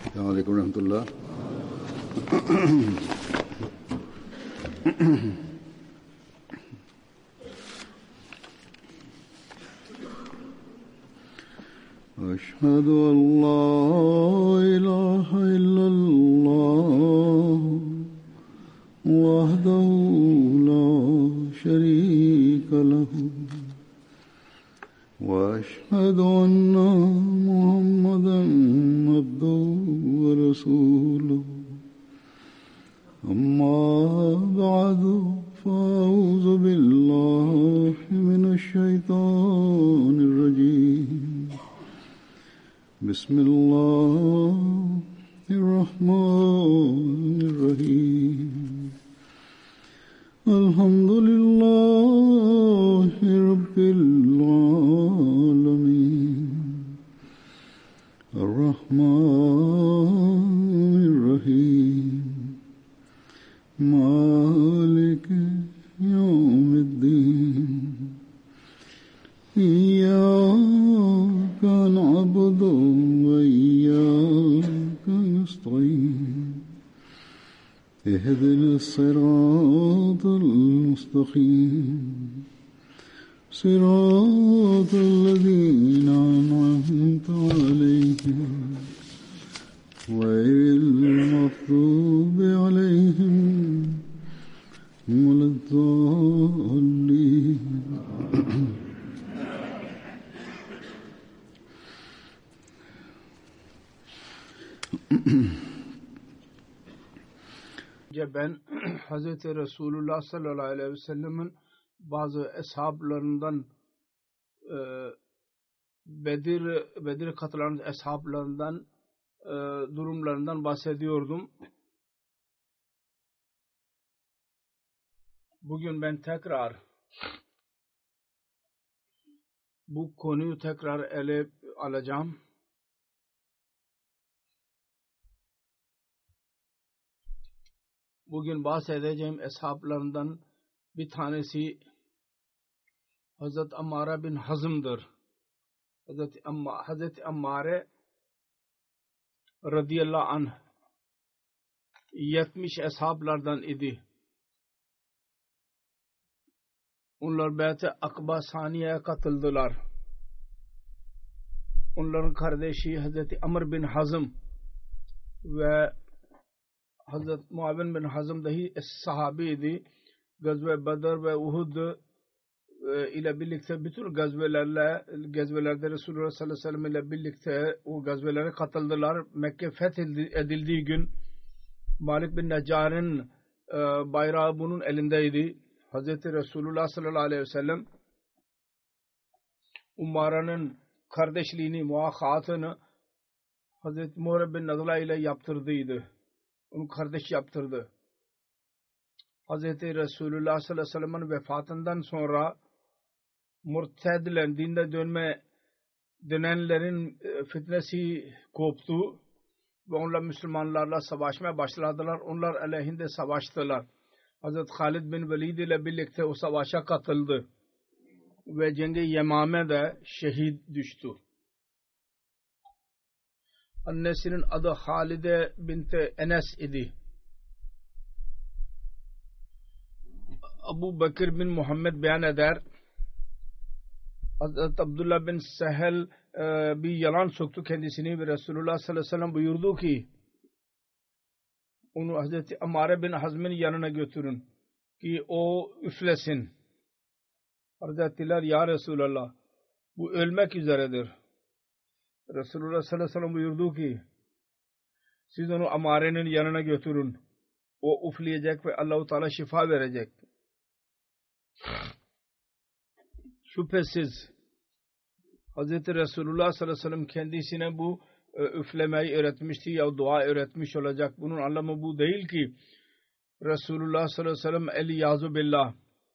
Aleyküm rahmetullah. أشهد أن لا إله إلا الله وحده لا شريك له وأشهد أن محمدا عبده ورسوله أما بعد فأعوذ بالله من الشيطان الرجيم بسم الله الرحمن الرحيم الحمد لله رب العالمين الرحمن الرحيم مالك يوم الدين إياك نعبد وإياك نستعين اهدنا الصراط المستقيم صراط الذين أنعمت عليهم غير المغضوب عليهم ولا الضالين. Ben Hazreti Resulullah sallallahu aleyhi ve sellem'in bazı eshablarından Bedir katılan eshablarından durumlarından bahsediyordum. Bugün ben tekrar bu konuyu tekrar ele alacağım. Bugün bahsedeceğim eshablarından bir tanesi Hazreti Ammar bin Hazm'dır. Hazreti Ammar radıyallahu anh 70 eshablardan idi. Onlar Beyat-ı Akba Saniye'ye katıldılar. Onların kardeşi Hazreti Amr bin Hazm ve Hazreti Muavin bin Hazm dahi sahabiydi. Gazve Badr ve Uhud ile birlikte bütün gazvelerde Resulullah sallallahu aleyhi ve sellem ile birlikte o gazvelere katıldılar. Mekke fethedildiği gün Malik bin Neccar'ın bayrağı bunun elindeydi. Hazreti Resulullah sallallahu aleyhi ve sellem Ummare'nin kardeşliğini, muakatını Hazreti Muharrem bin Nadla ile yaptırdıydı. Onu kardeş yaptırdı. Hazreti Resulullah sallallahu aleyhi ve sellem'in vefatından sonra murtedlen, dinde dönenlerin fitnesi koptu ve onlar Müslümanlarla savaşmaya başladılar. Onlar aleyhinde savaştılar. Hazreti Halid bin Velid ile birlikte o savaşa katıldı ve Cengi Yemame'de şehit düştü. Annesinin adı Halide binti Enes idi. Abu Bakr bin Muhammed beyan eder. Hazreti Abdullah bin Sehel bir yalan soktu kendisini ve Resulullah sallallahu aleyhi ve sellem buyurdu ki onu Hazreti Ammar bin Hazm'in yanına götürün ki o üflesin. Hazretler ya Resulullah bu ölmek üzeredir. Resulullah sallallahu aleyhi ve sellem buyurdu ki siz onu Ammare'nin yanına götürün. O üfleyecek ve Allah-u Teala şifa verecek. Şüphesiz Hazreti Resulullah sallallahu aleyhi ve sellem kendisine bu üflemeyi öğretmişti ya dua öğretmiş olacak. Bunun anlamı bu değil ki Resulullah sallallahu aleyhi ve sellem el-yazu billah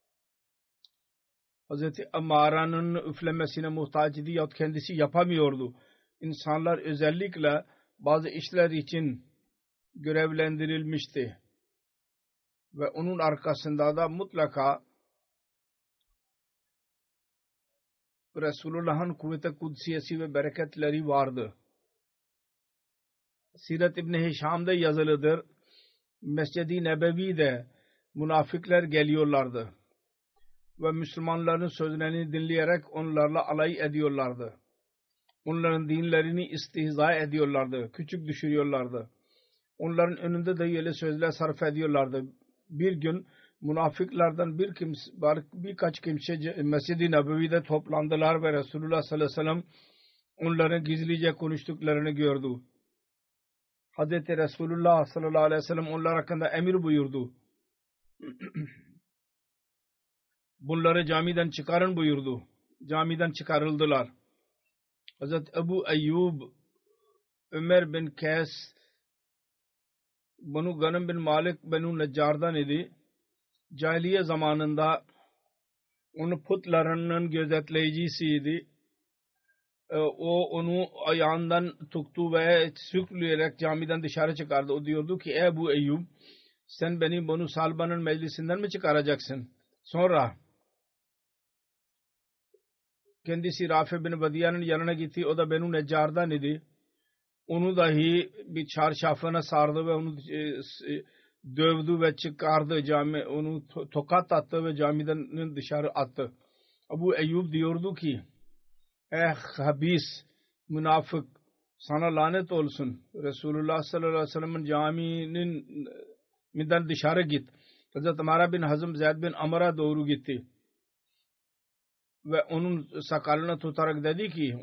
Hazreti Ammara'nın üflemesine muhtaç idi ya kendisi yapamıyordu. İnsanlar özellikle bazı işler için görevlendirilmişti. Ve onun arkasında da mutlaka Resulullah'ın kuvvet-i kudsiyesi ve bereketleri vardı. Sirat İbni Hişam'da yazılıdır. Mescid-i Nebevi'de münafıklar geliyorlardı ve Müslümanların sözlerini dinleyerek onlarla alay ediyorlardı. Onların dinlerini istihza ediyorlardı, küçük düşürüyorlardı. Onların önünde de öyle sözler sarf ediyorlardı. Bir gün münafıklardan birkaç kimse Mescid-i Nebevi'de toplandılar ve Resulullah sallallahu aleyhi ve sellem onların gizlice konuştuklarını gördü. Hazreti Resulullah sallallahu aleyhi ve sellem onlar hakkında emir buyurdu. Bunları camiden çıkarın buyurdu. Camiden çıkarıldılar. Hazreti Ebu Eyyub, Ömer bin Kays, Banu Ganım bin Malik, Banu Neccar'dan idi. Cahiliye zamanında onun putlarının gözetleyicisiydi. O onu ayağından tuttu ve sürükleyerek camiden dışarı çıkardı. O diyordu ki ey Ebu Eyyub, sen beni Banu Salba'nın meclisinden mi çıkaracaksın? Sonra kendisi Rafi bin Badiya'nın yanına gitti. O da Banu Neccar'dan idi. Onu dahi bir çarşafına sardı ve onu dövdü ve çıkardı. Onu tokat attı ve camiden dışarı attı. Ebu Eyyub diyordu ki habis münafık, sana lanet olsun. Resulullah sallallahu aleyhi ve sellem'in camiden dışarı git. Hazreti Amara bin Hazm Zeyd bin Amr'a doğru gitti. Ve onun sakalını tutarak dedi ki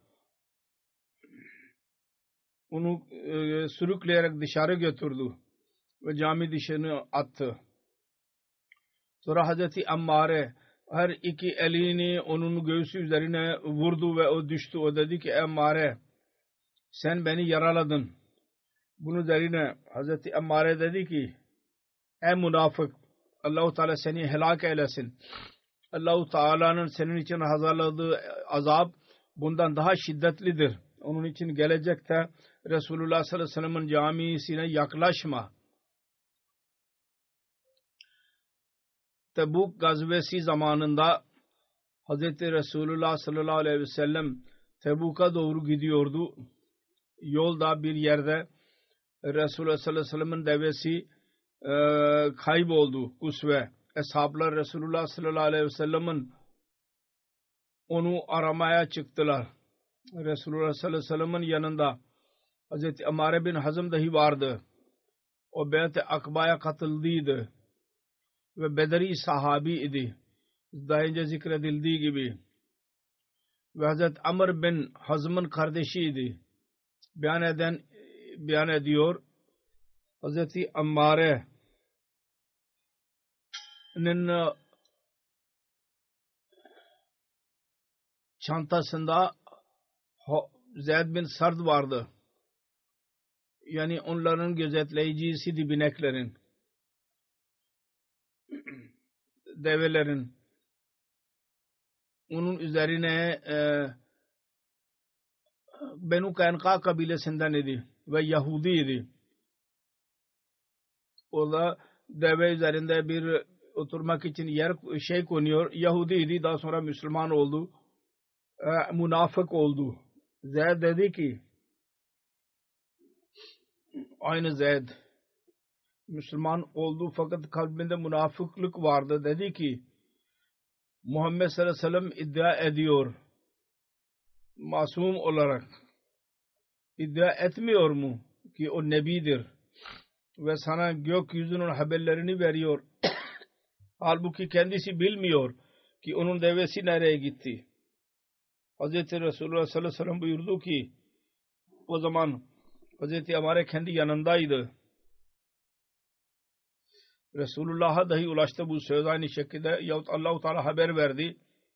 onu sürükleyerek dışarı götürdü ve cami dışına attı. Sonra Hazreti Ammare her iki elini onun göğsü üzerine vurdu ve o düştü. O dedi ki Ammare, sen beni yaraladın. Bunun üzerine Hazreti Ammare dedi ki ey münafık, Allah-u Teala seni helak eylesin. Allah-u Teala'nın senin için hazırladığı azap bundan daha şiddetlidir. Onun için gelecekte Resulullah sallallahu aleyhi ve sellem'in camisine yaklaşma. Tebuk gazvesi zamanında Hazreti Resulullah sallallahu aleyhi ve sellem Tebuk'a doğru gidiyordu. Yolda bir yerde Resulullah sallallahu aleyhi ve sellem'in devesi kayboldu. Kusve. Eshablar Resulullah sallallahu aleyhi ve sellem'in onu aramaya çıktılar. Resulullah sallallahu aleyhi ve sellem'in yanında Hazreti Amare bin Hazm dahi vardı. O Beyat-i Akba'ya katıldıydı ve Bedri sahabi idi. Daha önce zikredildiği gibi. Ve Hazreti Amr bin Hazm'ın kardeşiydi. Beyan ediyor. Hazreti Ammare'nin çantasında Zeyd bin Sard vardı. Yani onların gözetleyicisiydi, bineklerin, develerin. Onun üzerine Benu Kaynka kabilesinden idi ve Yahudi idi. O da deve üzerinde bir oturmak için yer konuyor. Yahudi idi, daha sonra Müslüman oldu. Münafık oldu. Zeyd dedi ki aynı Zeyd Müslüman oldu fakat kalbinde münafıklık vardı. Dedi ki Muhammed sallallahu aleyhi ve sellem iddia ediyor, masum olarak iddia etmiyor mu ki o nebidir ve sana gökyüzünün haberlerini veriyor. Halbuki kendisi bilmiyor ki onun devesi nereye gitti. Hazreti Resulullah sallallahu aleyhi ve sellem buyurdu ki o zaman Hazreti Amare kendi yanındaydı. Resulullah'a dahi ulaştı bu söz aynı şekilde yahut Allah-u Teala haber verdi.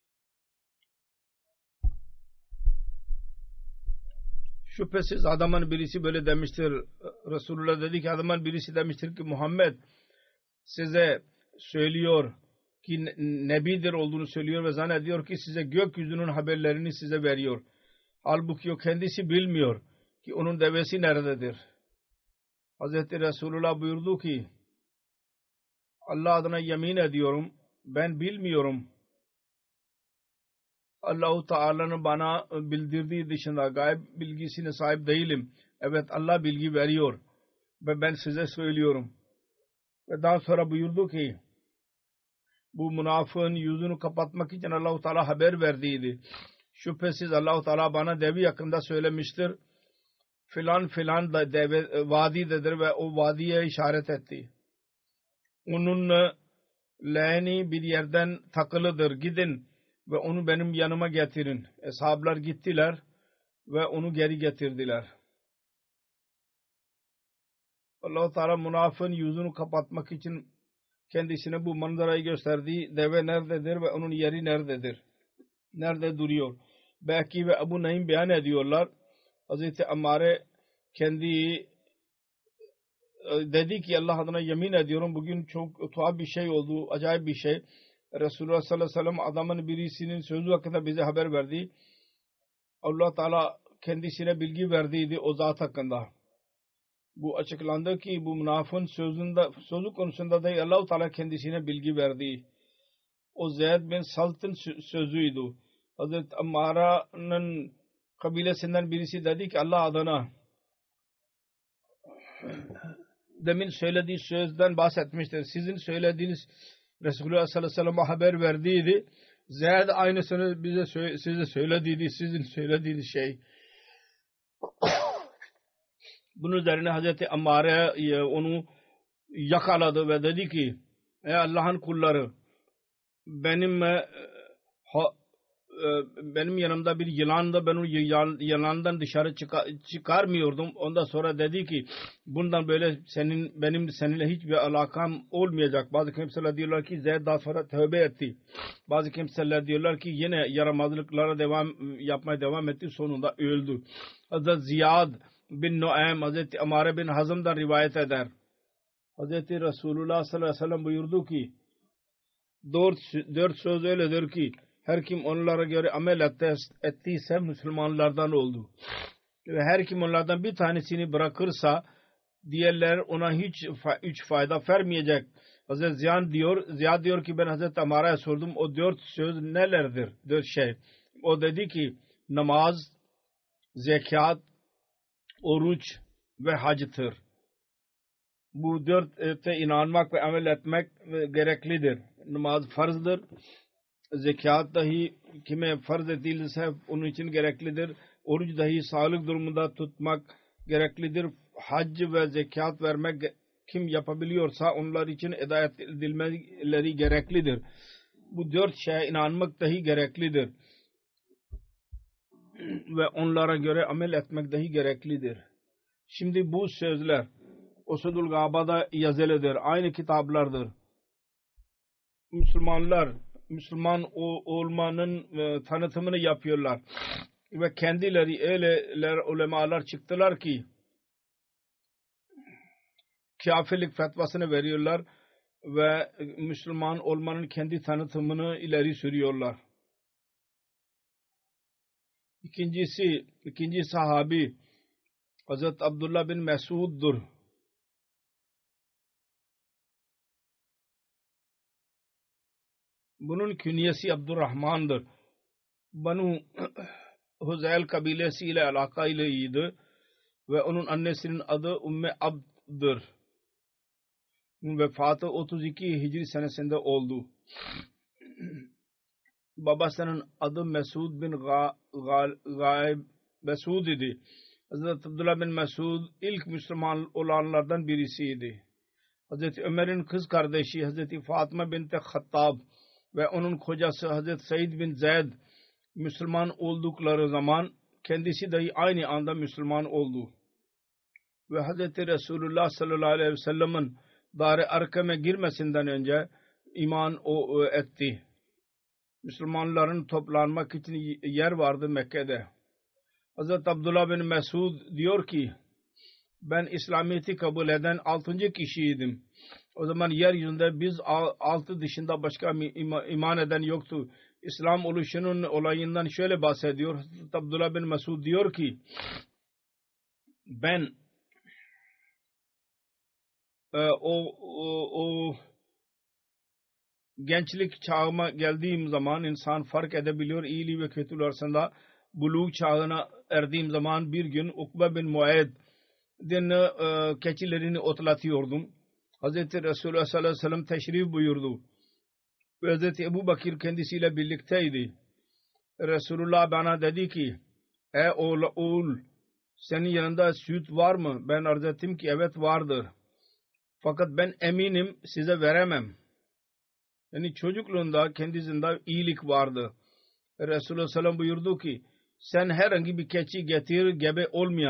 Şüphesiz adamın birisi böyle demiştir. Resulullah dedi ki adamın birisi demiştir ki Muhammed size söylüyor ki nebidir olduğunu söylüyor ve zannediyor ki size gökyüzünün haberlerini size veriyor. Halbuki o kendisi bilmiyor ki onun devesi nerededir. Hazreti Resulullah buyurdu ki Allah adına yemin ediyorum ben bilmiyorum. Allah-u Teala'nın bana bildirdiği dışında gayb bilgisine sahip değilim. Evet, Allah bilgi veriyor ve ben size söylüyorum. Ve daha sonra buyurdu ki bu münafığın yüzünü kapatmak için Allah-u Teala haber verdiydi. Şüphesiz Allah-u Teala bana devi hakkında söylemiştir. Filan filan da deve vadidedir ve o vadiye işaret etti. Onun leğeni bir yerden takılıdır. Gidin ve onu benim yanıma getirin. Eshablar gittiler ve onu geri getirdiler. Allah-u Teala münafığın yüzünü kapatmak için kendisine bu manzarayı gösterdi. Deve nerededir ve onun yeri nerededir? Nerede duruyor? Belki ve Ebu Naim beyan ediyorlar. Hazreti Ammare kendi dedi ki Allah adına yemin ediyorum bugün çok tuhaf bir şey oldu. Acayip bir şey. Resulullah sallallahu aleyhi ve sellem adamın birisinin sözü hakkında bize haber verdi. Allah Teala kendisine bilgi verdiydi o zat hakkında. Bu açıklandı ki bu münafığın sözü konusunda da Allah Teala kendisine bilgi verdi. O Zeyd bin Salt'ın sözüydü. Hazreti Ammara'nın kabilesinden birisi dedi ki Allah adına demin söylediği sözden bahsetmiştir. Sizin söylediğiniz Resulullah sallallahu aleyhi ve sellem'e haber verdiydi. Zeyd aynısını size söylediydi. Sizin söylediğiniz şey. Bunun üzerine Hazreti Ammare onu yakaladı ve dedi ki ey Allah'ın kulları benim yanımda bir yılandı. Ben o yılandan dışarı çıkarmıyordum. Ondan sonra dedi ki bundan böyle benim seninle hiçbir alakam olmayacak. Bazı kimseler diyorlar ki Zeyd daha sonra tövbe etti. Bazı kimseler diyorlar ki yine yaramazlıklara yapmaya devam etti. Sonunda öldü. Hazreti Ziyad bin Nuaym Hazreti Ammare bin Hazm'dan rivayet eder. Hazreti Resulullah sallallahu aleyhi ve sellem buyurdu ki dört söz öyledir ki her kim onlara göre amel ettiyse Müslümanlardan oldu. Ve her kim onlardan bir tanesini bırakırsa diğerler ona hiç fayda vermeyecek. Hazreti Ziyad diyor ki ben Hazreti Ammare'ye sordum o dört söz nelerdir? Dört şey. O dedi ki namaz, zekat, oruç ve hacıtır. Bu dörtte inanmak ve amel etmek gereklidir. Namaz farzdır. Zekat dahi kime farz edilirse onun için gereklidir. Oruç dahi sağlık durumunda tutmak gereklidir. Hac ve zekat vermek kim yapabiliyorsa onlar için eda edilmeleri gereklidir. Bu dört şeye inanmak dahi gereklidir. Ve onlara göre amel etmek dahi gereklidir. Şimdi bu sözler Usudul Gaba'da yazılıdır. Aynı kitaplardır. Müslüman olmanın tanıtımını yapıyorlar. Ve kendileri öyleler ulemalar çıktılar ki kafirlik fetvasını veriyorlar ve Müslüman olmanın kendi tanıtımını ileri sürüyorlar. İkinci sahabi Hazreti Abdullah bin Mesud'dur. Bunun künyesi Abdurrahman'dır. Banu Huzeyl kabilesi ile alakaylıydı ve onun annesinin adı Umme Abd'dır. Vefatı 32 Hicri senesinde oldu. Babasının adı Mesud bin Mesud idi. Hazreti Abdullah bin Mesud ilk Müslüman olanlardan birisiydi. Hazreti Ömer'in kız kardeşi Hazreti Fatıma binti Hattab ve onun kocası Hazreti Said bin Zeyd Müslüman oldukları zaman kendisi dahi aynı anda Müslüman oldu. Ve Hazreti Resulullah sallallahu aleyhi ve sellem'in Dar-ı Arkam'a girmesinden önce iman etti. Müslümanların toplanmak için yer vardı Mekke'de. Hazreti Abdullah bin Mesud diyor ki ben İslamiyet'i kabul eden 6. kişiydim. O zaman yeryüzünde biz 6 dışında başka iman eden yoktu. İslam oluşunun olayından şöyle bahsediyor. Hazreti Abdullah bin Mesud diyor ki ben o gençlik çağıma geldiğim zaman insan fark edebiliyor iyiliği ve kötülüğü arasında. Buluk çağına erdiğim zaman bir gün Ukbe bin Muayed keçilerini otlatıyordum. Hazreti Resulullah sallallahu aleyhi ve sellem teşrif buyurdu. Hazreti Ebu Bakır kendisiyle birlikteydi. Resulullah bana dedi ki, ey oğul, senin yanında süt var mı? Ben arz ettim ki evet vardır. Fakat ben eminim size veremem. Yani çocukluğunda kendisinde iyilik vardı. Resulullah sallallahu aleyhi ve sellem buyurdu ki, sen herhangi bir keçi getir, gebe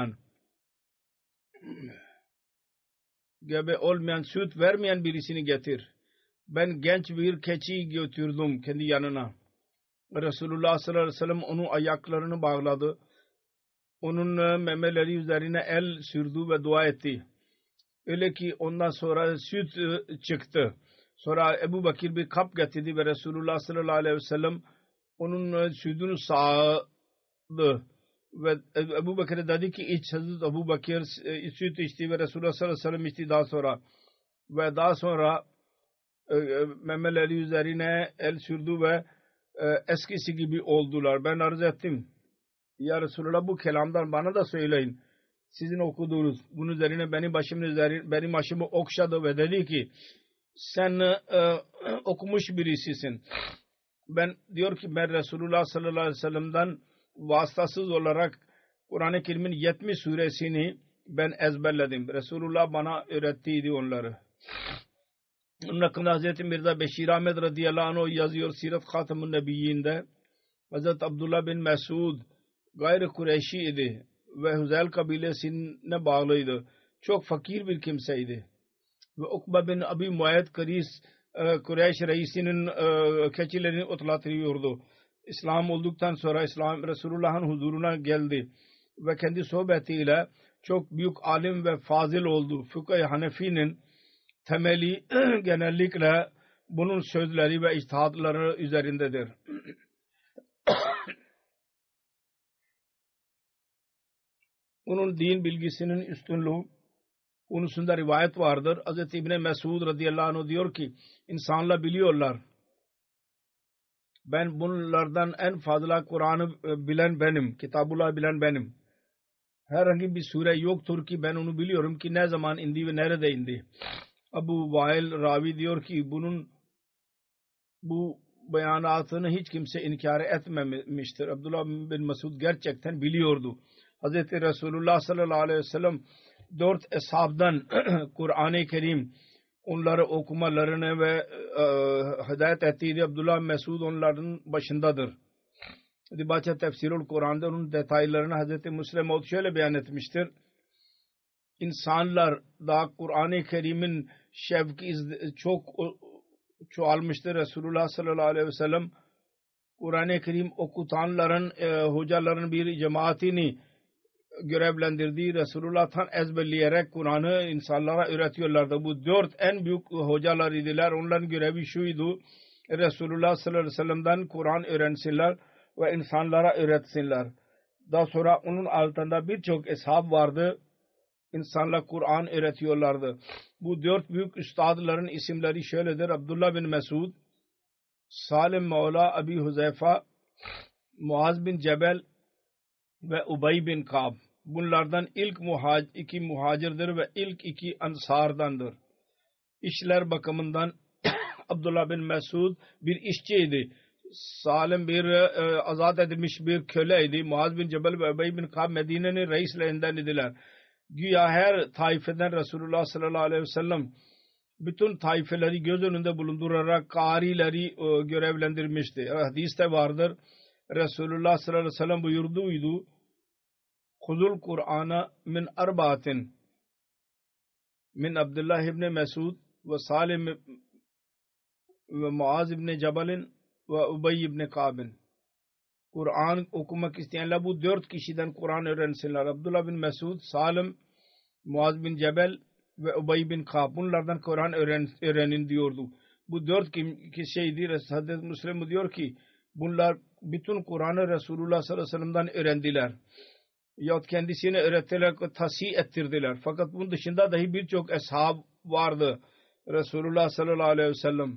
olmayan, süt vermeyen birisini getir. Ben genç bir keçi götürdüm kendi yanına. Resulullah sallallahu aleyhi ve sellem onun ayaklarını bağladı. Onun memeleri üzerine el sürdü ve dua etti. Öyle ki ondan sonra süt çıktı. Sonra Ebu Bakır bir kap getirdi ve Resulullah sallallahu aleyhi ve sellem onun sütünü sağdı. Ve Ebu Bakır dedi ki iç. Hazreti Ebu Bakır süt içti ve Resulullah sallallahu aleyhi ve sellem içti daha sonra. Ve daha sonra memeleri üzerine el sürdü ve eskisi gibi oldular. Ben arz ettim. Ya Resulullah bu kelamdan bana da söyleyin. Sizin okuduğunuz. Bunun üzerine benim başımı okşadı ve dedi ki sen okumuş birisisin. Diyor ki ben Resulullah sallallahu aleyhi ve sellem'den vasıtasız olarak Kur'an-ı Kerim'in 70 suresini ben ezberledim. Resulullah bana öğrettiydi onları. Onun hakkında Hazreti Mirza Beşir Ahmed radıyallahu anh yazıyor Sirat Hatam-ı Nebiyyin'de. Hazreti Abdullah bin Mesud gayri Kureyşi idi ve Huzeyl kabilesine bağlıydı. Çok fakir bir kimseydi. Ve Ukba bin Abi Muayed Kureyş reisinin keçilerini otlatıyordu. İslam olduktan sonra Resulullah'ın huzuruna geldi ve kendi sohbetiyle çok büyük alim ve fazil oldu. Fıkıh-ı Hanefi'nin temeli genellikle bunun sözleri ve içtihatları üzerindedir. Onun din bilgisinin üstünlüğü konusunda rivayet vardır. Hz. İbn Mesud radıyallahu anh diyor ki insanlar biliyorlar. Ben bunlardan en fazla Kur'an'ı bilen benim. Kitabullah bilen benim. Herhangi bir sure yoktur ki ben onu biliyorum ki ne zaman indi ve nerede indi. Abu Vail Ravi diyor ki bu beyanatını hiç kimse inkar etmemiştir. Abdullah bin Mesud gerçekten biliyordu. Hz. Resulullah sallallahu aleyhi ve sellem 4 eshabdan Kur'an-ı Kerim onları okumalarını ve hidayet ettiği Abdullah Mesud onların başındadır. Dibâçe Tefsirul Kur'an'da onun detaylarını Hz. Müslim Maud şöyle beyan etmiştir. İnsanlar da Kur'an-ı Kerim'in şevki çok çoğalmıştır. Resulullah sallallahu aleyhi ve sellem Kur'an-ı Kerim okutanların hocaların bir cemaatini görevlendirdiği Resulullah'tan ezberleyerek Kur'an'ı insanlara öğretiyorlardı. Bu 4 en büyük hocalar idiler. Onların görevi şuydu. Resulullah sallallahu aleyhi ve sellem'den Kur'an öğrensinler ve insanlara öğretsinler. Daha sonra onun altında birçok ashab vardı. İnsanlara Kur'an öğretiyorlardı. Bu 4 büyük üstadların isimleri şöyledir. Abdullah bin Mesud, Salim Mevla Abi Huzeyfa, Muaz bin Cebel ve Ubey bin Ka'b. Bunlardan ilk iki muhacirdir ve ilk 2 ansardandır. İşler bakımından Abdullah bin Mesud bir işçiydi. Salim bir azat edilmiş bir köleydi. Muaz bin Cebel ve Ubey bin Ka'b Medine'nin reislerinden idiler. Güya her taifeden Resulullah sallallahu aleyhi ve sellem bütün taifeleri göz önünde bulundurarak karileri görevlendirmişti. Hadiste vardır. Resulullah sallallahu aleyhi ve sellem buyurduydu. Khuzul Kur'an'a min arbaatin min Abdullah ibn Mesud ve Salim ve Muaz ibn Cebel'in ve Ubey ibn Ka'b'in. Kur'an okumak isteyenler bu 4 kişiden Kur'an öğrensinler. Abdullah bin Mesud, Salim, Muaz bin Cebel ve Ubey bin Ka'b. Bunlardan Kur'an öğrenin diyordu. Bu 4 kişiydi. Hazreti Müslim diyor ki bunlar bütün Kur'an'ı Resulullah sallallahu aleyhi ve sellem'den öğrendiler. Yahut kendisine öğrettiler, tasih ettirdiler. Fakat bunun dışında dahi birçok ashab vardı. Resulullah sallallahu aleyhi ve sellem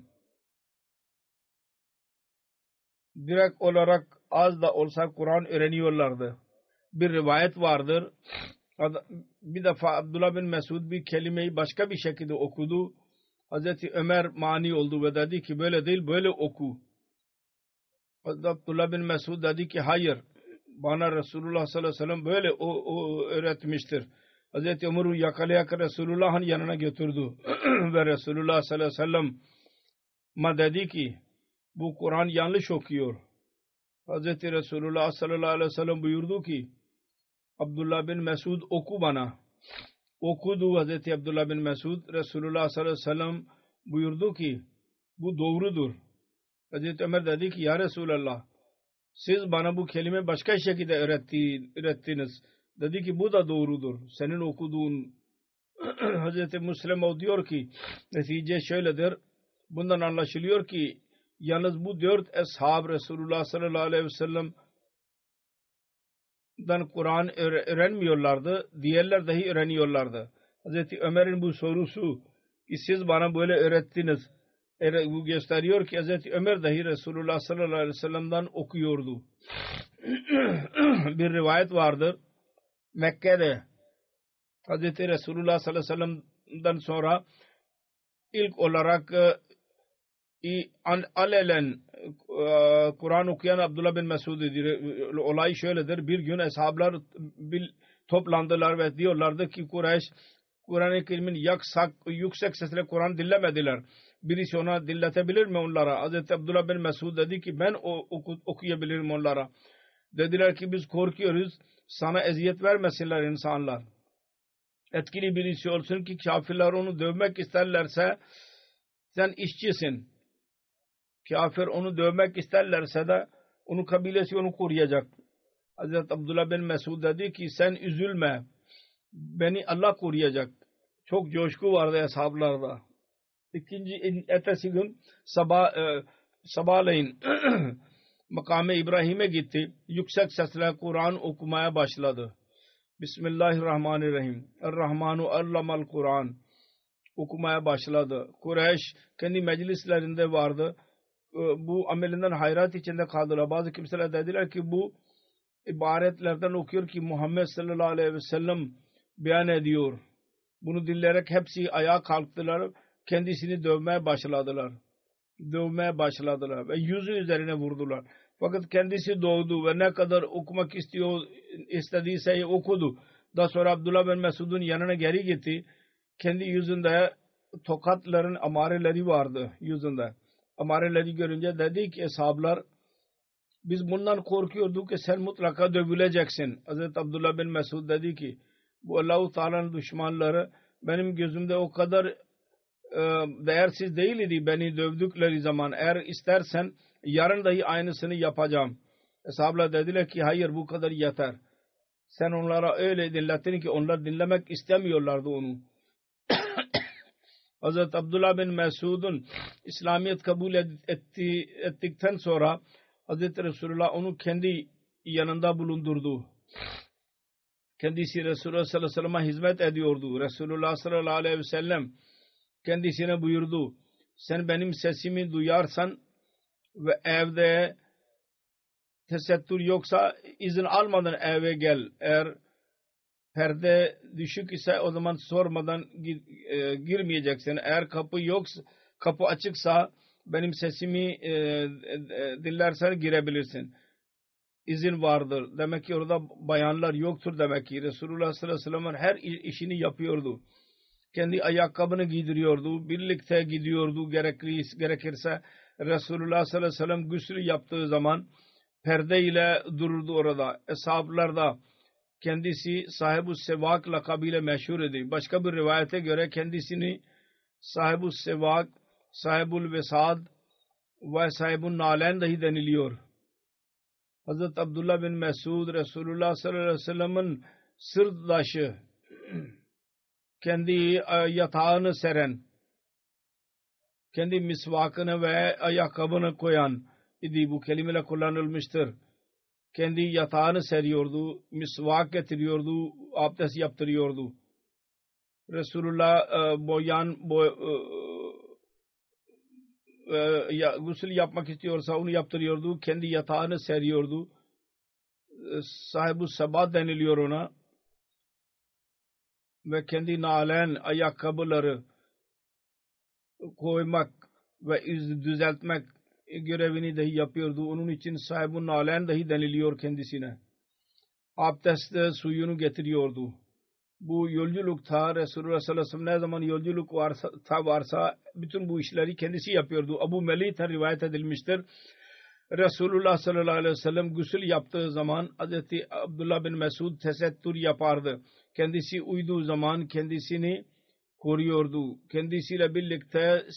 direkt olarak az da olsa Kur'an öğreniyorlardı. Bir rivayet vardır. Bir defa Abdullah bin Mesud bir kelimeyi başka bir şekilde okudu. Hazreti Ömer mani oldu ve dedi ki böyle değil, böyle oku. Abdullah bin Mesud dedi ki hayır, bana Resulullah sallallahu aleyhi ve sellem böyle öğretmiştir. Hazreti Ömer'i yakalayarak Resulullah'ın yanına götürdü ve Resulullah sallallahu aleyhi ve sellem ma dedi ki bu Kur'an yanlış okuyor. Hazreti Resulullah sallallahu aleyhi ve sellem buyurdu ki Abdullah bin Mesud oku bana. Okudu Hazreti Abdullah bin Mesud. Resulullah sallallahu aleyhi ve sellem buyurdu ki bu doğrudur. Hazreti Ömer dedi ki ya Resulallah siz bana bu kelime başka şekilde öğrettiniz. Dedi ki bu da doğrudur. Senin okuduğun Hazreti Müslim diyor ki netice şöyledir. Bundan anlaşılıyor ki yalnız bu 4 ashab Resulullah sallallahu aleyhi ve sellem'den Kur'an öğrenmiyorlardı. Diğerler dahi öğreniyorlardı. Hazreti Ömer'in bu sorusu ki siz bana böyle öğrettiniz. Bu gösteriyor ki Hazreti Ömer dahi Resulullah sallallahu aleyhi ve sellem'den okuyordu. Bir rivayet vardır. Mekke'de Hazreti Resulullah sallallahu aleyhi ve sellem'den sonra ilk olarak alelen Kur'an okuyan Abdullah bin Mesud'dir. Olay şöyledir. Bir gün ashablar toplandılar ve diyorlardı ki Kureyş Kur'an-ı Kerim'in yüksek sesle Kur'an dinlemediler. Birisi ona dinletebilir mi onlara? Hazreti Abdullah bin Mesud dedi ki ben okuyabilirim onlara. Dediler ki biz korkuyoruz sana eziyet vermesinler insanlar. Etkili birisi olsun ki kafirler onu dövmek isterlerse sen işçisin. Kafir onu dövmek isterlerse de onun kabilesi onu koruyacak. Hazreti Abdullah bin Mesud dedi ki sen üzülme. Beni Allah koruyacak. Çok coşku vardı ashablarda. Ertesi gün sabahleyin makam-ı İbrahim'e gitti. Yüksek sesle Kur'an okumaya başladı. Bismillahirrahmanirrahim. Er-Rahmanu allamal Kur'an okumaya başladı. Kureyş kendi meclislerinde vardı. Bu amelinden hayrat içinde kaldılar. Bazı kimseler dediler ki bu ibaretlerden okuyor ki Muhammed sallallahu aleyhi ve sellem beyan ediyor. Bunu dinleyerek hepsi ayağa kalktılar. Kendisini dövmeye başladılar ve yüzü üzerine vurdular. Fakat kendisi doğdu ve ne kadar okumak istediyse okudu. Daha sonra Abdullah bin Mesud'un yanına geri gitti. Kendi yüzünde tokatların amareleri vardı yüzünde. Amareleri görünce dedi ki ashablar biz bundan korkuyorduk ki sen mutlaka dövüleceksin. Hazreti Abdullah bin Mesud dedi ki bu Allah-u Teala'nın düşmanları benim gözümde o kadar değersiz değildi beni dövdükleri zaman. Eğer istersen yarın dahi aynısını yapacağım. Ashablar dediler ki hayır bu kadar yeter. Sen onlara öyle dinlettin ki onlar dinlemek istemiyorlardı onu. Hazreti Abdullah bin Mesud'un İslamiyet kabul ettikten sonra Hazreti Resulullah onu kendi yanında bulundurdu. Kendisi Resulullah sallallahu aleyhi ve sellem'e hizmet ediyordu. Resulullah sallallahu aleyhi ve sellem kendisine buyurdu. Sen benim sesimi duyarsan ve evde tesettür yoksa izin almadan eve gel. Eğer perde düşük ise o zaman sormadan girmeyeceksin. Eğer kapı açıksa benim sesimi dinlersen girebilirsin. İzin vardır. Demek ki orada bayanlar yoktur demek ki. Resulullah sallallahu aleyhi ve sellem her işini yapıyordu. Kendi ayakkabını giydiriyordu. Birlikte gidiyordu gerekirse. Resulullah sallallahu aleyhi ve sellem gusül yaptığı zaman perde ile dururdu orada. Ashablar da kendisi sahibu sevak lakabıyla meşhur idi. Başka bir rivayete göre kendisini sahibu sevak, sahibul vesad ve sahibun nalen dahi deniliyor. Hazreti Abdullah bin Mesud Resulullah sallallahu aleyhi ve sellem'in sırdaşı, kendi yatağını seren, kendi misvakını ve ayakkabını koyan idi. Bu kelimeyle kullanılmıştır. Kendi yatağını seriyordu, misvak getiriyordu, abdest yaptırıyordu. Resulullah gusül yapmak istiyorsa onu yaptırıyordu. Kendi yatağını seriyordu. Sahibu sabah deniliyor ona. ve kendi nalen ayakkabıları koymak ve düzeltmek görevini dahi yapıyordu. Onun için sahibun nalen dahi deniliyor kendisine. Abdest suyunu getiriyordu. Bu yolculukta Resulullah sallallahu aleyhi ve sellem ne zaman yolculuk varsa bütün bu işleri kendisi yapıyordu. Abu Melih'ten rivayet edilmiştir. Resulullah sallallahu aleyhi ve sellem gusül yaptığı zaman Hazreti Abdullah bin Mesud tesettür yapardı. Kendisi uyuduğu zaman kendisini koruyordu. Kendisiyle birlikte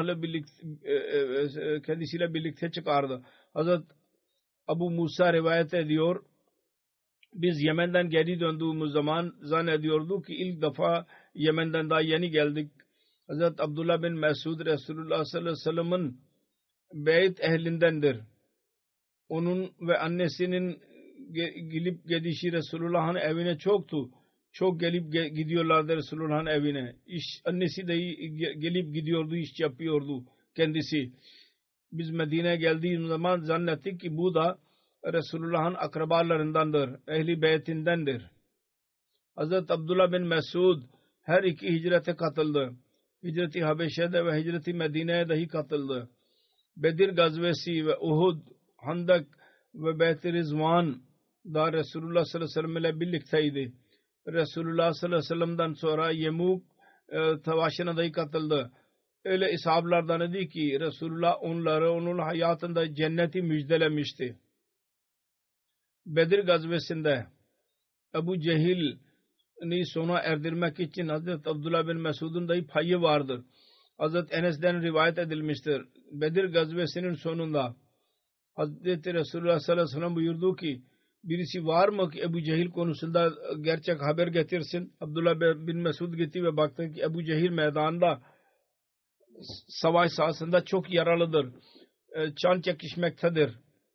kendisiyle birlikte çıkardı. Hazret Abu Musa rivayet ediyor. Biz Yemen'den geri döndüğümüz zaman zannediyorduk ki ilk defa Yemen'den daha yeni geldik. Hazret Abdullah bin Mesud Resulullah sallallahu aleyhi ve sellem'in beyt ehlindendir. Onun ve annesinin gelip gidişi Resulullah'ın evine çoktu. Çok gelip gidiyorlardı Resulullah'ın evine. Annesi de gelip gidiyordu, iş yapıyordu kendisi. Biz Medine'ye geldiğimiz zaman zannettik ki bu da Resulullah'ın akrabalarındandır, ehli beytindendir. Hazreti Abdullah bin Mesud her iki hicrete katıldı. Hicreti Habeşe'de ve Hicreti Medine'ye dahi katıldı. Bedir gazvesi ve Uhud, Handak ve Beyt-i Rizvan da Resulullah sallallahu aleyhi ve sellem ile birlikteydi. Resulullah sallallahu aleyhi ve sellem'den sonra Yemuk savaşına dahi katıldı. Öyle ishablardan idi ki Resulullah onları onun hayatında cenneti müjdelemişti. Bedir gazvesinde Ebu Cehil'i sona erdirmek için Hazreti Abdullah bin Mesud'un dahi payı vardır. Hazreti Enes'den rivayet edilmiştir. Bedir gazvesinin sonunda Hazreti Resulullah sallallahu aleyhi ve sellem buyurdu ki birisi var mı ki Ebu Cehil konusunda gerçek haber getirsin? Abdullah bin Mesud gitti ve baktı ki Ebu Cehil meydanda savaş sahasında çok yaralıdır. Can çekişmektedir.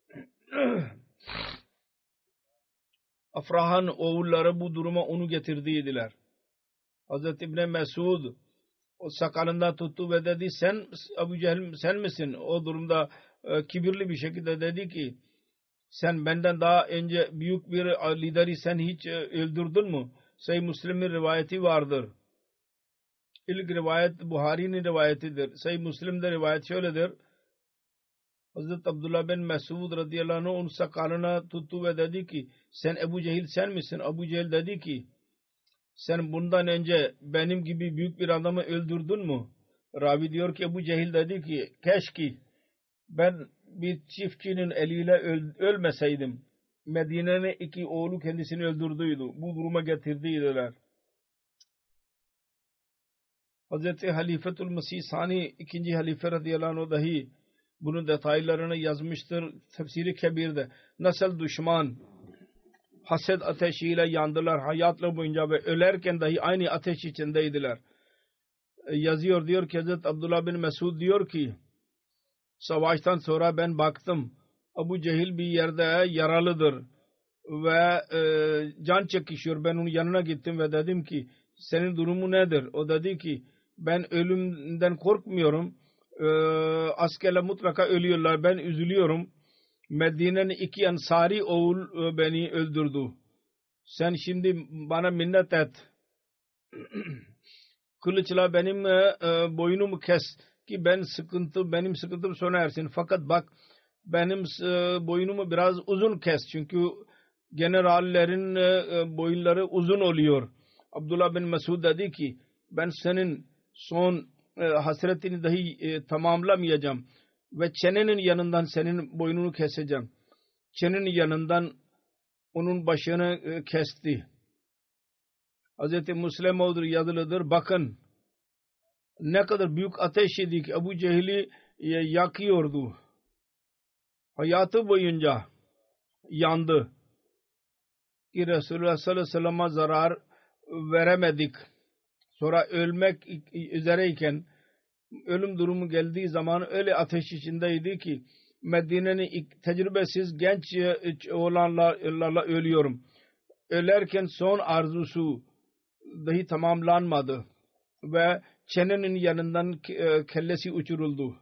Afrah'ın oğulları bu duruma onu getirdiydiler. Hazreti İbn Mesud o sakalından tuttu ve dedi sen Ebu Cehil sen misin? O durumda kibirli bir şekilde dedi ki sen benden daha önce büyük bir lideri sen hiç öldürdün mü? Sahih Müslim'in rivayeti vardır. İlk rivayet Buhari'nin rivayetidir. Sahih Müslim'de rivayet şöyledir. Hazreti Abdullah bin Mesud radıyallahu anh onun sakalına tuttu ve dedi ki sen Ebu Cehil sen misin? Ebu Cehil dedi ki sen bundan önce benim gibi büyük bir adamı öldürdün mü? Ravi diyor ki Ebu Cehil dedi ki keşke ben bir çiftçinin eliyle ölmeseydim. Medine'nin iki oğlu kendisini öldürdüydü. Bu duruma getirdiydiler. Hazreti Halifetul Mesih Sani ikinci halife radıyallahu anh dahi bunun detaylarını yazmıştır Tefsir-i Kebir'de. Nasıl düşman haset ateşiyle yandılar hayatları boyunca ve ölerken dahi aynı ateş içindeydiler. Yazıyor diyor ki Hazreti Abdullah bin Mesud diyor ki savaştan sonra ben baktım Ebu Cehil bir yerde yaralıdır ve can çekişiyor. Ben onun yanına gittim ve dedim ki senin durumu nedir? O dedi ki ben ölümden korkmuyorum. Askerler mutlaka ölüyorlar. Ben üzülüyorum. Medine'nin iki Ansari oğul beni öldürdü. Sen şimdi bana minnet et. Kılıçla benim boynumu kes ki benim sıkıntım sona ersin. Fakat bak benim boynumu biraz uzun kes. Çünkü generallerin boyunları uzun oluyor. Abdullah bin Mesud dedi ki ben senin son hasretini dahi tamamlamayacağım ve çenenin yanından senin boynunu keseceğim. Çenenin yanından onun başını kesti. Hz. Müslim odur yazılıdır. Bakın ne kadar büyük ateş idi ki Ebu Cehil'i yakıyordu. Hayatı boyunca yandı. Ki Resulullah sallallahu aleyhi ve sellem'e zarar veremedik. Sonra ölmek üzereyken ölüm durumu geldiği zaman öyle ateş içindeydi ki Medine'nin tecrübesiz genç olanlarla ölüyorum. Ölerken son arzusu dahi tamamlanmadı ve çenenin yanından kellesi uçuruldu.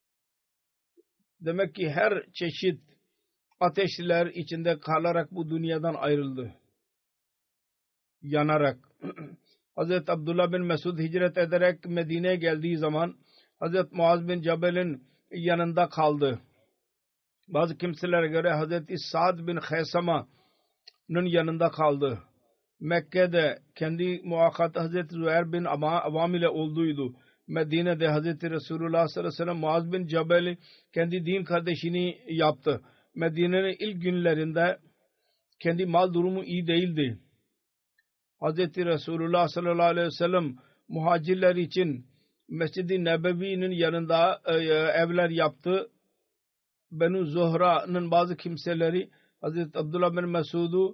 Demek ki her çeşit ateşler içinde kalarak bu dünyadan ayrıldı. Yanarak. Hazreti Abdullah bin Mesud hicret ederek Medine'ye geldiği zaman Hazreti Muaz bin Cebel'in yanında kaldı. Bazı kimselere göre Hazreti Sa'd bin Khaysama'nın yanında kaldı. Mekke'de kendi muvakkatı Hazreti Züheyr bin Avam ile olduydu. Medine'de Hazreti Resulullah sallallahu aleyhi ve sellem Muaz bin Cebel'i kendi din kardeşini yaptı. Medine'nin ilk günlerinde kendi mal durumu iyi değildi. Hazreti Resulullah sallallahu aleyhi ve sellem muhacirler için Mescid-i Nebevi'nin yanında evler yaptı. Benu Zuhra'nın bazı kimseleri Hazreti Abdullah bin Mesud'u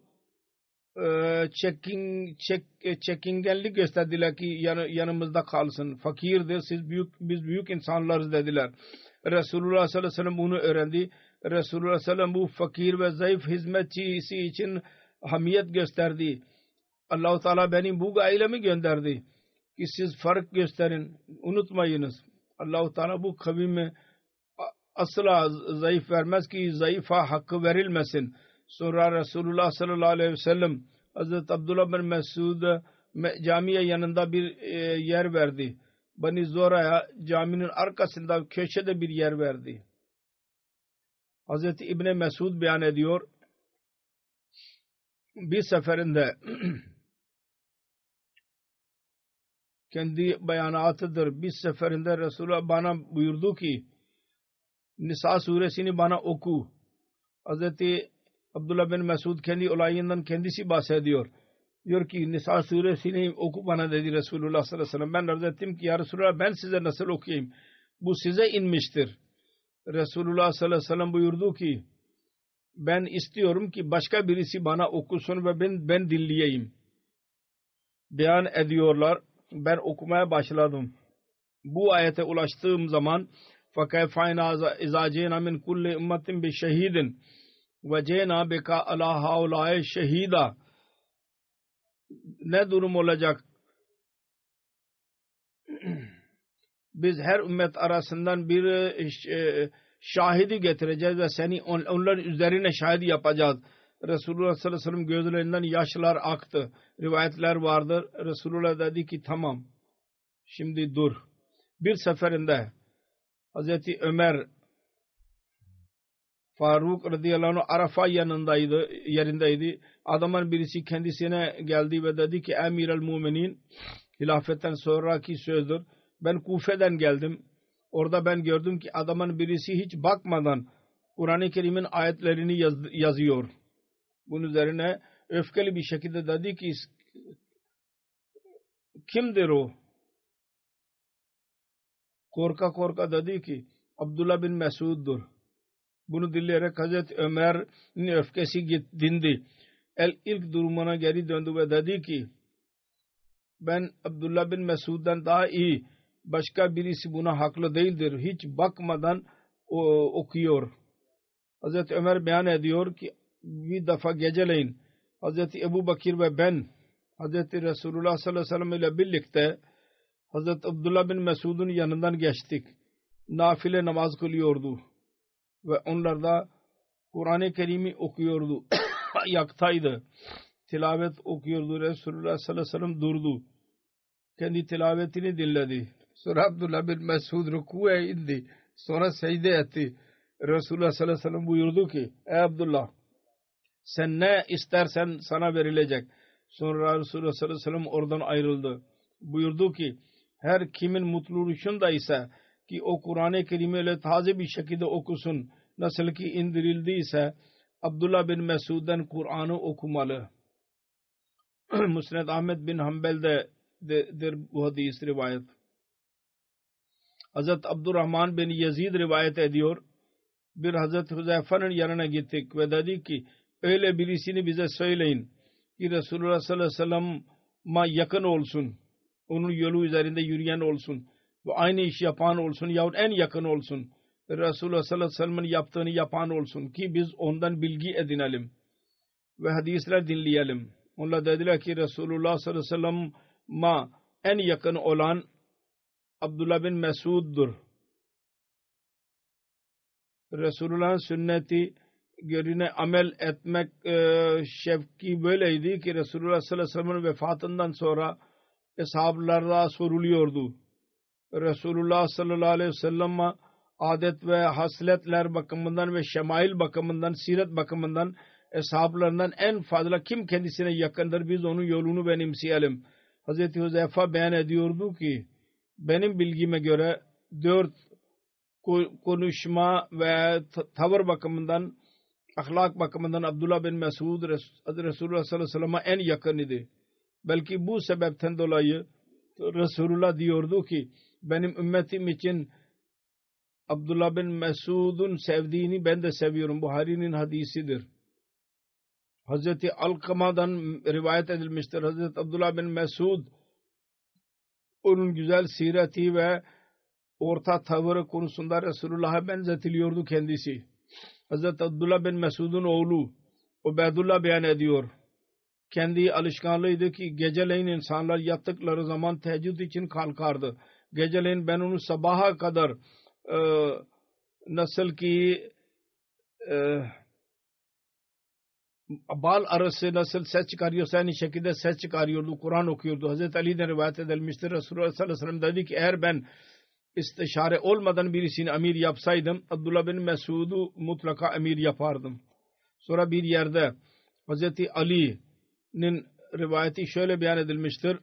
çekingenlik gösterdiler ki yanımızda kalsın. Fakirdir, biz büyük insanlarız dediler. Resulullah sallallahu aleyhi ve sellem bunu öğrendi. Resulullah sallallahu aleyhi ve sellem bu fakir ve zayıf hizmetçisi için hamiyet gösterdi. Allah-u Teala beni bu gayle mi gönderdi ki siz fark gösterin, unutmayınız. Allah-u Teala bu kavime asla zayıf vermez ki zayıfa hakkı verilmesin. Sonra Resulullah sallallahu aleyhi ve sellem Hazreti Abdullah bin Mesud'a camiye yanında bir yer verdi. Bani Zora'ya caminin arkasında köşede bir yer verdi. Hazreti İbni Mesud beyan ediyor. Bir seferinde kendi bayanatıdır. Bir seferinde Resulullah bana buyurdu ki Nisa suresini bana oku. Hazreti Abdullah bin Mesud kendi olayından kendisi bahsediyor. Diyor ki Nisa suresini oku bana dedi Resulullah sallallahu aleyhi ve sellem. Ben arz ettim ki ya Resulullah ben size nasıl okuyayım? Bu size inmiştir. Resulullah sallallahu aleyhi ve sellem buyurdu ki ben istiyorum ki başka birisi bana okusun ve ben dinleyeyim. Beyan ediyorlar. Ben okumaya başladım. Bu ayete ulaştığım zaman فَكَيْفَ اِذَا جِئْنَا مِنْ كُلِّ اُمَّةٍ بِشَهِيدٍ وَجِئْنَا بِكَ عَلَى هَؤُلَاءِ شَهِيدًا Ne durum olacak? Biz her ümmet arasından bir şahidi getireceğiz ve seni onların üzerine şahidi yapacağız. Resulullah sallallahu aleyhi ve sellem gözlerinden yaşlar aktı. Rivayetler vardır. Resulullah dedi ki tamam şimdi dur. Bir seferinde Hazreti Ömer Faruk radıyallahu anh Arafa yerindeydi. Adamın birisi kendisine geldi ve dedi ki Emir-el Muminin hilafetten sonraki sözdür. Ben Kufe'den geldim. Orada ben gördüm ki adamın birisi hiç bakmadan Kur'an-ı Kerim'in ayetlerini yazıyor. Bunun üzerine öfkeli bir şekilde dedi ki kimdir o? Korka korka dedi ki Abdullah bin Mesud'dur. Bunu dinleyerek Hazreti Ömer'in öfkesi dindi. İlk durumuna geri döndü ve dedi ki ben Abdullah bin Mesud'dan daha iyi başka birisi buna haklı değildir. Hiç bakmadan okuyor. Hazreti Ömer beyan ediyor ki bir defa geceleyin Hazreti Ebu Bakir ve ben Hazreti Resulullah sallallahu aleyhi ve sellem ile birlikte Hazreti Abdullah bin Mesud'un yanından geçtik. Nafile namaz kılıyordu. Ve onlar da Kur'an-ı Kerim'i okuyordu. Ayaktaydı. Tilavet okuyordu. Resulullah sallallahu aleyhi ve sellem durdu. Kendi tilavetini dinledi. Sonra Abdullah bin Mesud rükûye indi. Sonra secde etti. Resulullah sallallahu aleyhi ve sellem buyurdu ki ey Abdullah sen ne istersen sana verilecek. Sonra Resulullah sallallahu aleyhi ve sellem oradan ayrıldı. Buyurdu ki her kimin mutluluğunda ise ki o Kur'an-ı Kerim'i öyle taze bir şekilde okusun. Nasıl ki indirildiyse Abdullah bin Mesud'dan Kur'an'ı okumalı. Musned Ahmed bin Hanbel'dedir bu hadis rivayet. Hazreti Abdurrahman bin Yazid rivayet ediyor. Bir Hazreti Huzeyfe'nin yanına gittik ve dedi ki öyle birisini bize söyleyin ki Resulullah sallallahu aleyhi ve sellem'e yakın olsun. Onun yolu üzerinde yürüyen olsun. Ve aynı iş yapan olsun yahut en yakın olsun. Resulullah sallallahu aleyhi ve sellem'in yaptığını yapan olsun ki biz ondan bilgi edinelim. Ve hadisler dinleyelim. Onlar dediler ki Resulullah sallallahu aleyhi ve sellem'e en yakın olan Abdullah bin Mesud'dur. Resulullah'ın sünneti görüne amel etmek şevki böyleydi ki Resulullah sallallahu aleyhi ve sellem'in vefatından sonra eshablara soruluyordu. Resulullah sallallahu aleyhi ve sellem adet ve hasletler bakımından ve şemail bakımından, siret bakımından eshablarından en fazla kim kendisine yakındır, biz onun yolunu benimseyelim. Hazreti Huzeyfe beyan ediyordu ki benim bilgime göre 4 konuşma ve tavır bakımından, ahlak bakımından Abdullah bin Mesud Resulullah sallallahu aleyhi ve sellem'e en yakın idi. Belki bu sebepten dolayı Resulullah diyordu ki benim ümmetim için Abdullah bin Mesud'un sevdiğini ben de seviyorum. Buhari'nin hadisidir. Hazreti Alkama'dan rivayet edilmiştir. Hazreti Abdullah bin Mesud onun güzel sireti ve orta tavırı konusunda Resulullah'a benzetiliyordu kendisi. Hazreti Abdullah bin Mesud'un oğlu Ubeydullah beyan ediyor. Kendi alışkanlığıydı ki geceleyin insanlar yattıkları zaman teheccüd için kalkardı. Geceleyin ben onu sabaha kadar nasıl ki bal arası nasıl ses çıkarıyorsa aynı şekilde ses çıkarıyordu. Kur'an okuyordu. Hazreti Ali'den rivayet edilmiştir. Resulullah sallallahu aleyhi ve sellem dedi ki eğer ben istişare olmadan birisini emir yapsaydım Abdullah bin Mesud'u mutlaka emir yapardım. Sonra bir yerde Hazreti Ali'nin rivayeti şöyle beyan edilmiştir.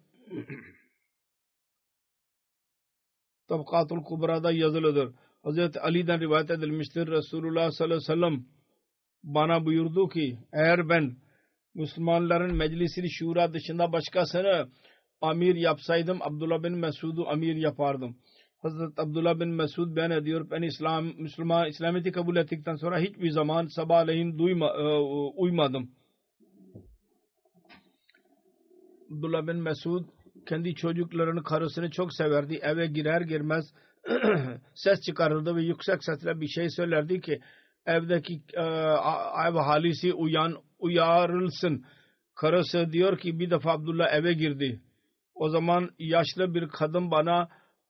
Tabakatul Kubra'da yazılıdır. Hazreti Ali'den rivayet edilmiştir. Resulullah sallallahu aleyhi ve sellem bana buyurdu ki eğer ben Müslümanların meclisini şura dışında başkasını amir yapsaydım Abdullah bin Mesud'u amir yapardım. Hazreti Abdullah bin Mesud beyan ediyor ben İslamiyet'i kabul ettikten sonra hiçbir zaman sabahleyin uymadım. Abdullah bin Mesud kendi çocuklarını, karısını çok severdi. Eve girer girmez ses çıkarırdı ve yüksek sesle bir şey söylerdi ki evdeki ev halisi uyarılsın. Karısı diyor ki bir defa Abdullah eve girdi. O zaman yaşlı bir kadın bana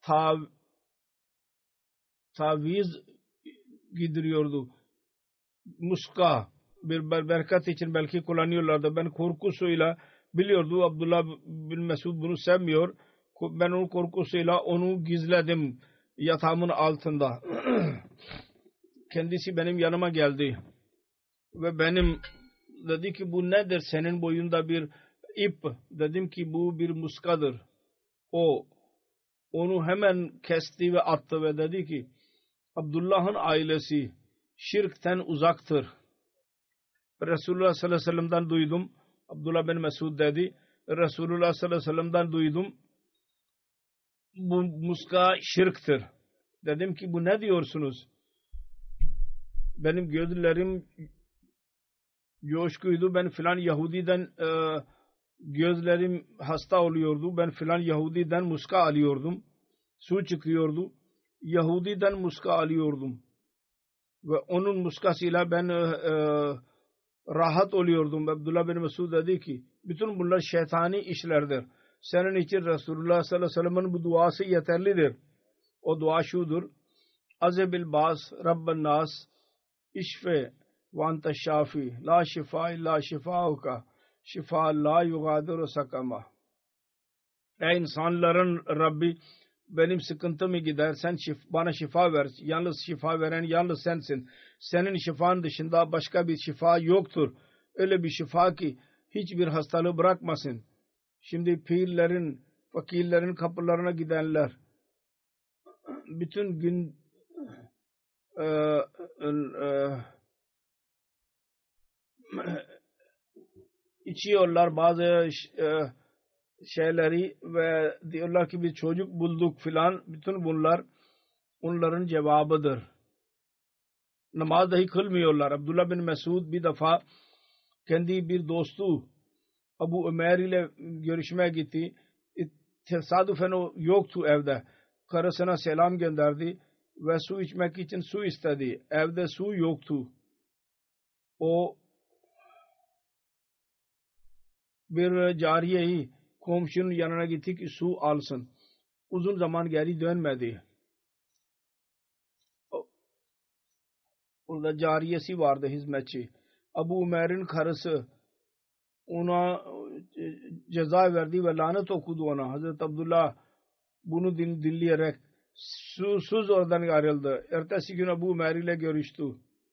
taviz giydiriyordu. Muska bir bereket için belki kullanıyorlardı. Ben korkusuyla biliyordu Abdullah bin Mesud bunu sevmiyor. Ben onun korkusuyla onu gizledim yatağımın altında. Kendisi benim yanıma geldi ve benim dedi ki bu nedir senin boyunda bir ip? Dedim ki bu bir muskadır. Onu hemen kesti ve attı ve dedi ki Abdullah'ın ailesi şirkten uzaktır. Resulullah sallallahu aleyhi ve sellem'den duydum. Abdullah bin Mesud dedi. Resulullah sallallahu aleyhi ve sellem'den duydum. Bu muska şirktir. Dedim ki bu ne diyorsunuz? Benim gözlerim coşkuydu. Ben filan Yahudi'den gözlerim hasta oluyordu. Ben filan Yahudi'den muska alıyordum. Su çıkıyordu. Yahudi'den muska alıyordum. Ve onun muskasıyla ben rahat oluyordum. Abdullah bin Mesud dedi ki bütün bunlar şeytani işlerdir. Senin için Resulullah sallallahu aleyhi ve sellem'in bu duası yeterlidir. O dua şudur. Azebil bas Rabben nas işfe ve ente şafi la şifa illa şifauka şifa la yugadiru sakama. Ey insanların Rabbi benim sıkıntımı gider. Sen bana şifa ver. Yalnız şifa veren yalnız sensin. Senin şifan dışında başka bir şifa yoktur. Öyle bir şifa ki hiçbir hastalığı bırakmasın. Şimdi pirlerin, fakirlerin kapılarına gidenler bütün gün içiyorlar bazı şeyleri ve diyorlar ki bir çocuk bulduk filan. Bütün bunlar onların cevabıdır. Namaz dahi kılmıyorlar. Abdullah bin Mesud bir defa kendi bir dostu Abu Ömer ile görüşmeye gitti. Tesadüfen o yoktu evde. Karısına selam gönderdi ve su içmek için su istedi. Evde su yoktu. O bir cariyeyi komşunun yanına gitti ki su alsın. Uzun zaman geri dönmedi. Orada cariyesi vardı, hizmetçi. Abu Umer'in karısı ona ceza verdi ve lanet okudu ona. Hazreti Abdullah bunu dinleyerek susuz oradan ayrıldı. Ertesi gün Ebu Umayr ile görüştü.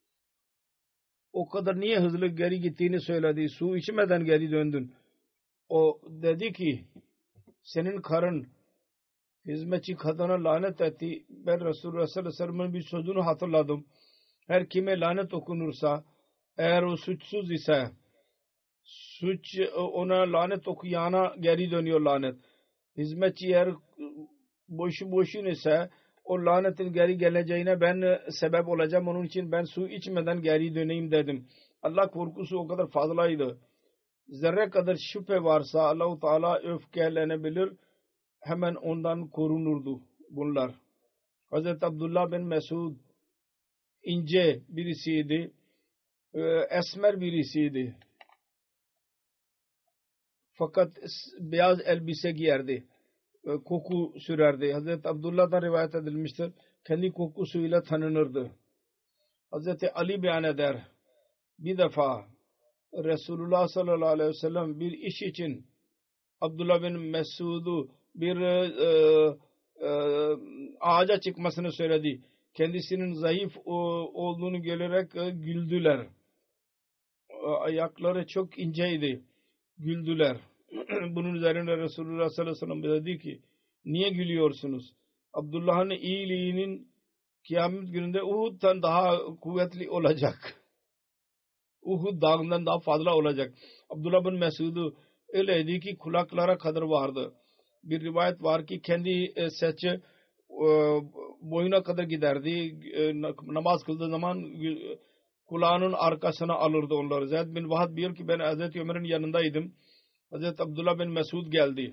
O kadar niye hızlı geri gittiğini söyledi. Su içmeden geri döndün. O dedi ki senin karın hizmetçi kadına lanet etti. Ben Resulullah sallallahu aleyhi ve sellem'in bir sözünü hatırladım. Her kime lanet okunursa eğer o suçsuz ise suç ona lanet okuyana geri dönüyor lanet. Hizmetçi eğer boşun ise o lanetin geri geleceğine ben sebep olacağım. Onun için ben su içmeden geri döneyim dedim. Allah korkusu o kadar fazlaydı. Zerre kadar şüphe varsa Allah-u Teala öfkelenebilir. Hemen ondan korunurdu bunlar. Hazreti Abdullah bin Mesud ince birisiydi. Esmer birisiydi. Fakat beyaz elbise giyerdi. Koku sürerdi. Hazreti Abdullah'dan rivayet edilmiştir. Kendi kokusuyla tanınırdı. Hazreti Ali beyan eder. Bir defa Resulullah sallallahu aleyhi ve sellem bir iş için Abdullah bin Mesud'u bir ağaca çıkmasını söyledi. Kendisinin zayıf olduğunu görerek güldüler. Ayakları çok inceydi. Güldüler. Bunun üzerine Resulullah sallallahu aleyhi ve sellem dedi ki niye gülüyorsunuz? Abdullah'ın iyiliğinin kıyamet gününde Uhud'dan daha kuvvetli olacak. Uhud dağından daha fazla olacak. Abdullah bin Mesud'u öyleydi ki kulaklara kadar vardı. Bir rivayet var ki kendi saçı boyuna kadar giderdi. Namaz kıldığı zaman kulağının arkasına alırdı onları. Zeyd bin Vahab diyor ki ben Hazreti Ömer'in yanındaydım. Hazreti Abdullah bin Mesud geldi.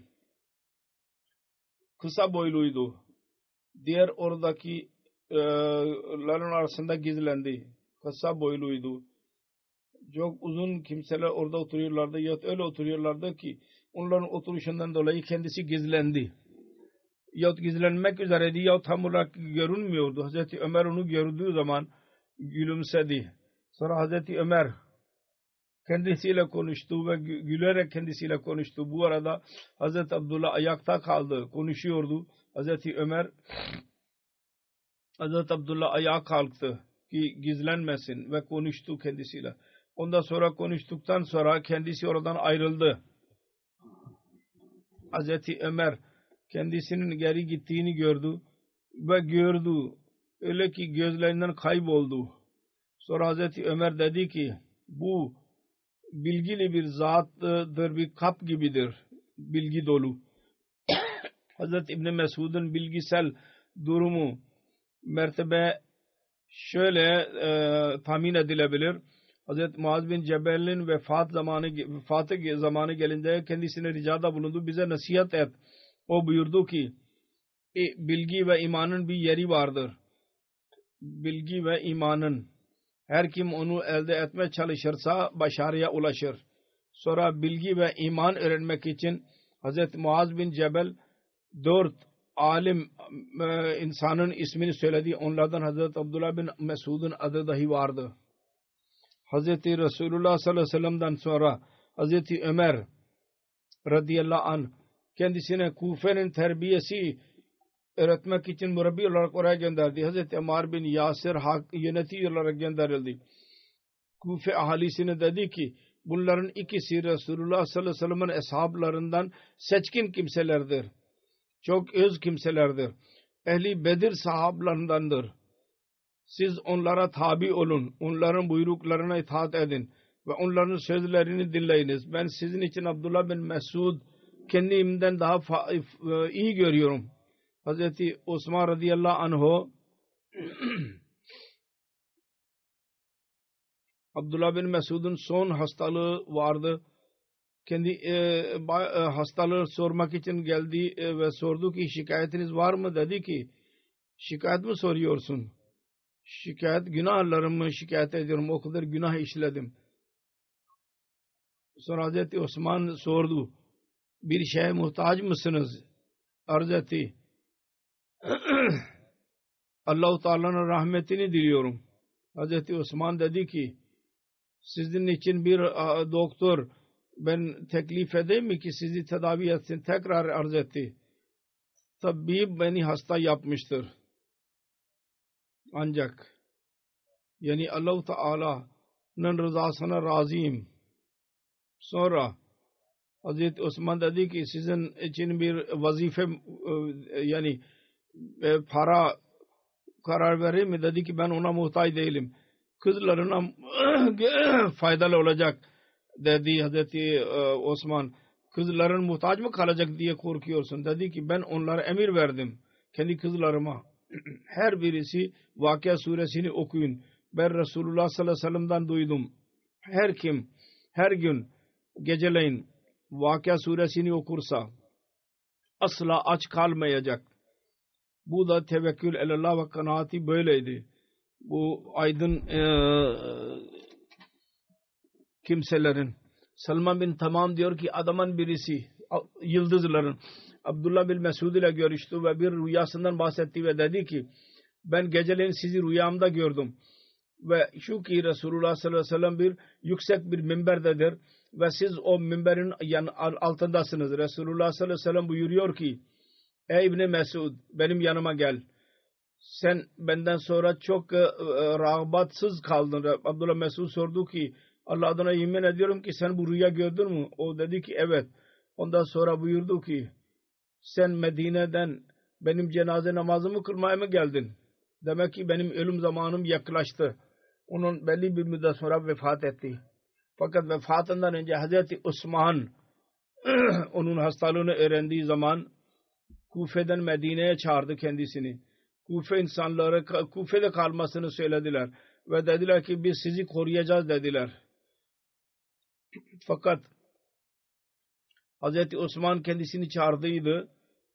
Kısa boyluydu. Diğer oradakilerin arasında gizlendi. Kısa boyluydu. Çok uzun kimseler orada oturuyorlardı. Ya öyle oturuyorlardı ki onların oturuşundan dolayı kendisi gizlendi. Yahut gizlenmek üzereydi yahut tam olarak görünmüyordu. Hazreti Ömer onu gördüğü zaman gülümsedi. Sonra Hazreti Ömer kendisiyle konuştu ve gülerek kendisiyle konuştu. Bu arada Hazreti Abdullah ayakta kaldı. Konuşuyordu. Hazreti Abdullah ayağa kalktı ki gizlenmesin ve konuştu kendisiyle. Ondan sonra konuştuktan sonra kendisi oradan ayrıldı. Hazreti Ömer kendisinin geri gittiğini gördü. Öyle ki gözlerinden kayboldu. Sonra Hazreti Ömer dedi ki bu bilgili bir zattır, bir kap gibidir. Bilgi dolu. Hazreti İbni Mesud'un bilgisel durumu mertebe şöyle tahmin edilebilir. Hazreti Muaz bin Cebel'in vefatı zamanı gelince kendisine ricada bulundu. Bize nasihat et. O buyurdu ki bilgi ve imanın bir yeri vardır. Bilgi ve imanın her kim onu elde etmeye çalışırsa başarıya ulaşır. Sonra bilgi ve iman öğrenmek için Hazreti Muaz bin Cebel 4 alim insanın ismini söyledi. Onlardan Hazreti Abdullah bin Mesud'un adı dahi vardı. Hazreti Resulullah sallallahu aleyhi ve sellem'den sonra Hazreti Ömer radıyallahu anh kendisine Kufe'nin terbiyesi öğretmek için murabbi olarak oraya gönderdi. Hazreti Ammar bin Yasir yönetici olarak gönderildi. Kufe ahalisine dedi ki bunların ikisi Resulullah sallallahu aleyhi ve sellem'in eshablarından seçkin kimselerdir. Çok öz kimselerdir. Ehli Bedir sahablarındandır. Siz onlara tabi olun. Onların buyruklarına itaat edin. Ve onların sözlerini dinleyiniz. Ben sizin için Abdullah bin Mesud kendimden daha iyi görüyorum. Hazreti Osman radıyallahu anh'u Abdullah bin Mesud'un son hastalığı vardı. Kendi hastalığı sormak için geldi ve sordu ki şikayetiniz var mı? Dedi ki şikayet mi soruyorsun? Günahlarımı şikayet ediyorum. O kadar günah işledim. Sonra Hazreti Osman sordu. Bir şeye muhtaç mısınız? Arz etti. Allah-u Teala'nın rahmetini diliyorum. Hazreti Osman dedi ki sizin için bir doktor ben teklif edeyim mi ki sizi tedavi etsin? Tekrar arz etti. Tabip beni hasta yapmıştır. Ancak yani Allah-u Teala'nın rızasına razıyım. Sonra Hazreti Osman dedi ki sizin için bir vazife yani para karar vereyim mi? Dedi ki ben ona muhtaç değilim. Kızlarına faydalı olacak dedi Hazreti Osman. Kızların muhtaç mı kalacak diye korkuyorsun. Dedi ki ben onlara emir verdim. Kendi kızlarıma. Her birisi Vakıa suresini okuyun. Ben Resulullah sallallahu aleyhi ve sellem'den duydum. Her gün geceleyin Vakıa suresini okursa asla aç kalmayacak. Bu da tevekkül elallah ve kanaati böyleydi. Bu aydın kimselerin. Salman bin Tamam diyor ki adamın birisi yıldızların Abdullah bin Mesud ile görüştü ve bir rüyasından bahsetti ve dedi ki ben geceleyin sizi rüyamda gördüm ve şu ki Resulullah sallallahu aleyhi ve sellem bir yüksek bir minberdedir ve siz o minberin altındasınız. Resulullah sallallahu aleyhi ve sellem buyuruyor ki ey İbni Mesud benim yanıma gel. Sen benden sonra çok rağbatsız kaldın. Abdullah Mesud sordu ki Allah adına yemin ediyorum ki sen bu rüya gördün mü? O dedi ki evet. Ondan sonra buyurdu ki sen Medine'den benim cenaze namazımı kılmaya mı geldin? Demek ki benim ölüm zamanım yaklaştı. Onun belli bir müddet sonra vefat etti. Fakat vefatından önce Hazreti Osman onun hastalığını öğrendiği zaman Kufe'den Medine'ye çağırdı kendisini. Kufe insanları Kufe'de kalmasını söylediler. Ve dediler ki biz sizi koruyacağız dediler. Fakat Hazreti Osman kendisini çağırdıydı.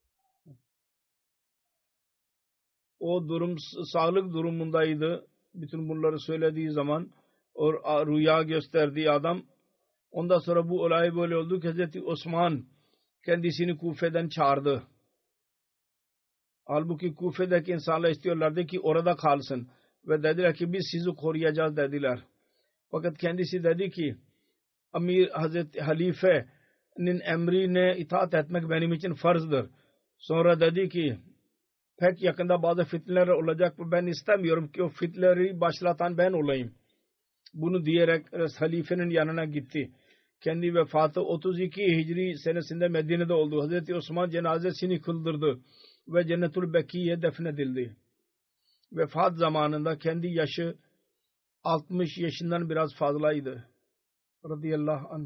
O sağlık durumundaydı. Bütün bunları söylediği zaman o rüya gösterdiği adam. Ondan sonra bu olay böyle oldu ki Hazreti Osman kendisini Kufe'den çağırdı. Halbuki Kufe'deki insanlar istiyorlardı ki orada kalsın. Ve dediler ki biz sizi koruyacağız dediler. Fakat kendisi dedi ki Hazreti Halife'nin emrine itaat etmek benim için farzdır. Sonra dedi ki pek yakında bazı fitneler olacak. Ben istemiyorum ki o fitneleri başlatan ben olayım. Bunu diyerek halifenin yanına gitti. Kendi vefatı 32 Hicri senesinde Medine'de oldu. Hazreti Osman cenazesini kıldırdı ve Cennetül Beki'ye defnedildi. Vefat zamanında kendi yaşı 60 yaşından biraz fazlaydı. Radıyallahu anh.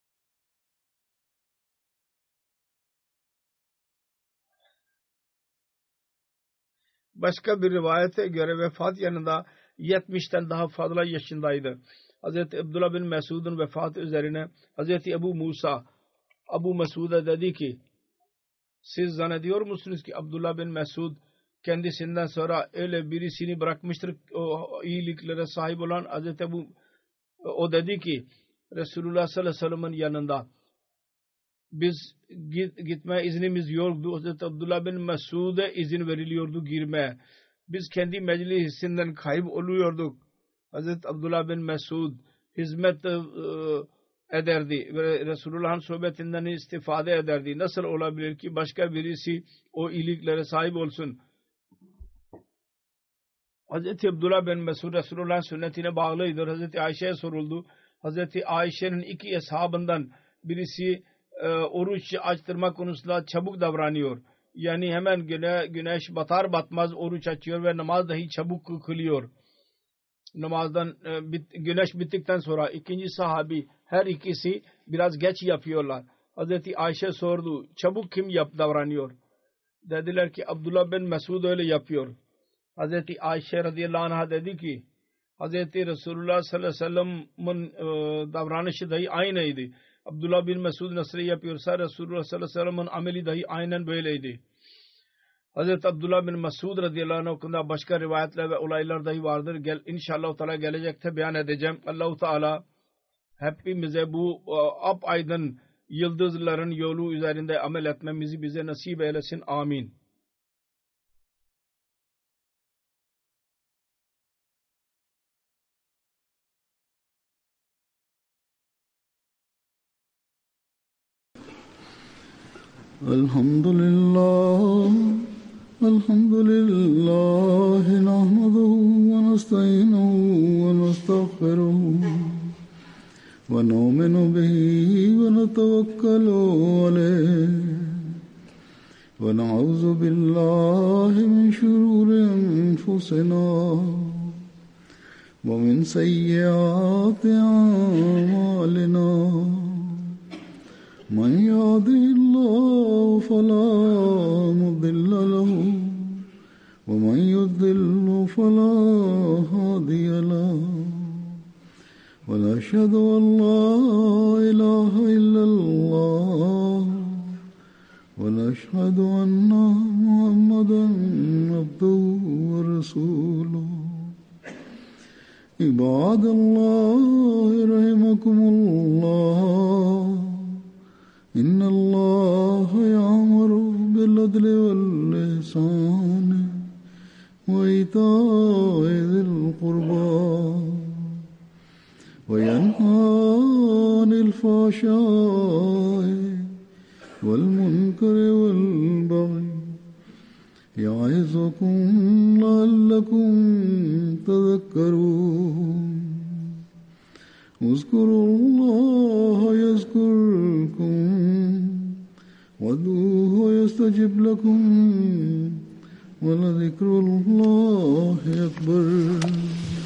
Başka bir rivayete göre vefat yanında 70'ten daha fazla yaşındaydı. Hazreti Abdullah bin Mesud'un vefatı üzerine Hazreti Abu Mesud'a dedi ki siz zannediyor musunuz ki Abdullah bin Mesud kendisinden sonra öyle birisini bırakmıştır o iyiliklere sahip olan Hazreti o dedi ki Resulullah sallallahu aleyhi ve sellem'in yanında biz gitmeye iznimiz yoktu. Hazreti Abdullah bin Mesud'a izin veriliyordu girmeye. Biz kendi meclisinden kayıp oluyorduk. Hazreti Abdullah bin Mesud hizmet ederdi ve Resulullah'ın sohbetinden istifade ederdi. Nasıl olabilir ki başka birisi o iyiliklere sahip olsun? Hazreti Abdullah bin Mesud Resulullah'ın sünnetine bağlıydı. Hazreti Ayşe'ye soruldu. Hazreti Ayşe'nin iki ashabından birisi oruç açtırma konusunda çabuk davranıyor. Yani hemen güneş batar batmaz oruç açıyor ve namaz dahi çabuk kılıyor. Namazdan güneş bittikten sonra ikinci sahabi her ikisi biraz geç yapıyorlar. Hazreti Ayşe sordu çabuk kim davranıyor? Dediler ki Abdullah bin Mesud öyle yapıyor. Hazreti Ayşe radıyallahu anh'a dedi ki Hazreti Resulullah sallallahu aleyhi ve sellem'in davranışı dahi aynıydı. Abdullah bin Mesud nasıl yapıyorsa Resulullah sallallahu aleyhi ve sellem'in ameli dahi aynen böyleydi. Hazreti Abdullah bin Mesud radıyallahu anh hakkında başka rivayetler ve olaylar dahi vardır. İnşallah Teala gelecekte beyan edeceğim. Allah-u Teala hepimize bu apaydın yıldızların yolu üzerinde amel etmemizi bize nasip eylesin. Amin. الحمد لله نحمده ونستعينه ونستغفره ونؤمن به ونتوكل عليه ونعوذ بالله من شرور أنفسنا ومن سيئات أعمالنا من يهده الله فلا مضل له ومن يضلل فلا هادي له ونشهد أن لا إله إلا الله ونشهد أن محمدا عبده ورسوله عباد الله رحمكم الله إن الله يأمر بالعدل والإحسان وإيتاء ذي القربى وينهى عن الفحشاء والمنكر والبغي يعظكم لعلكم تذكرون اذكروا الله يذكركم وادعوه يستجب لكم ولذكر الله أكبر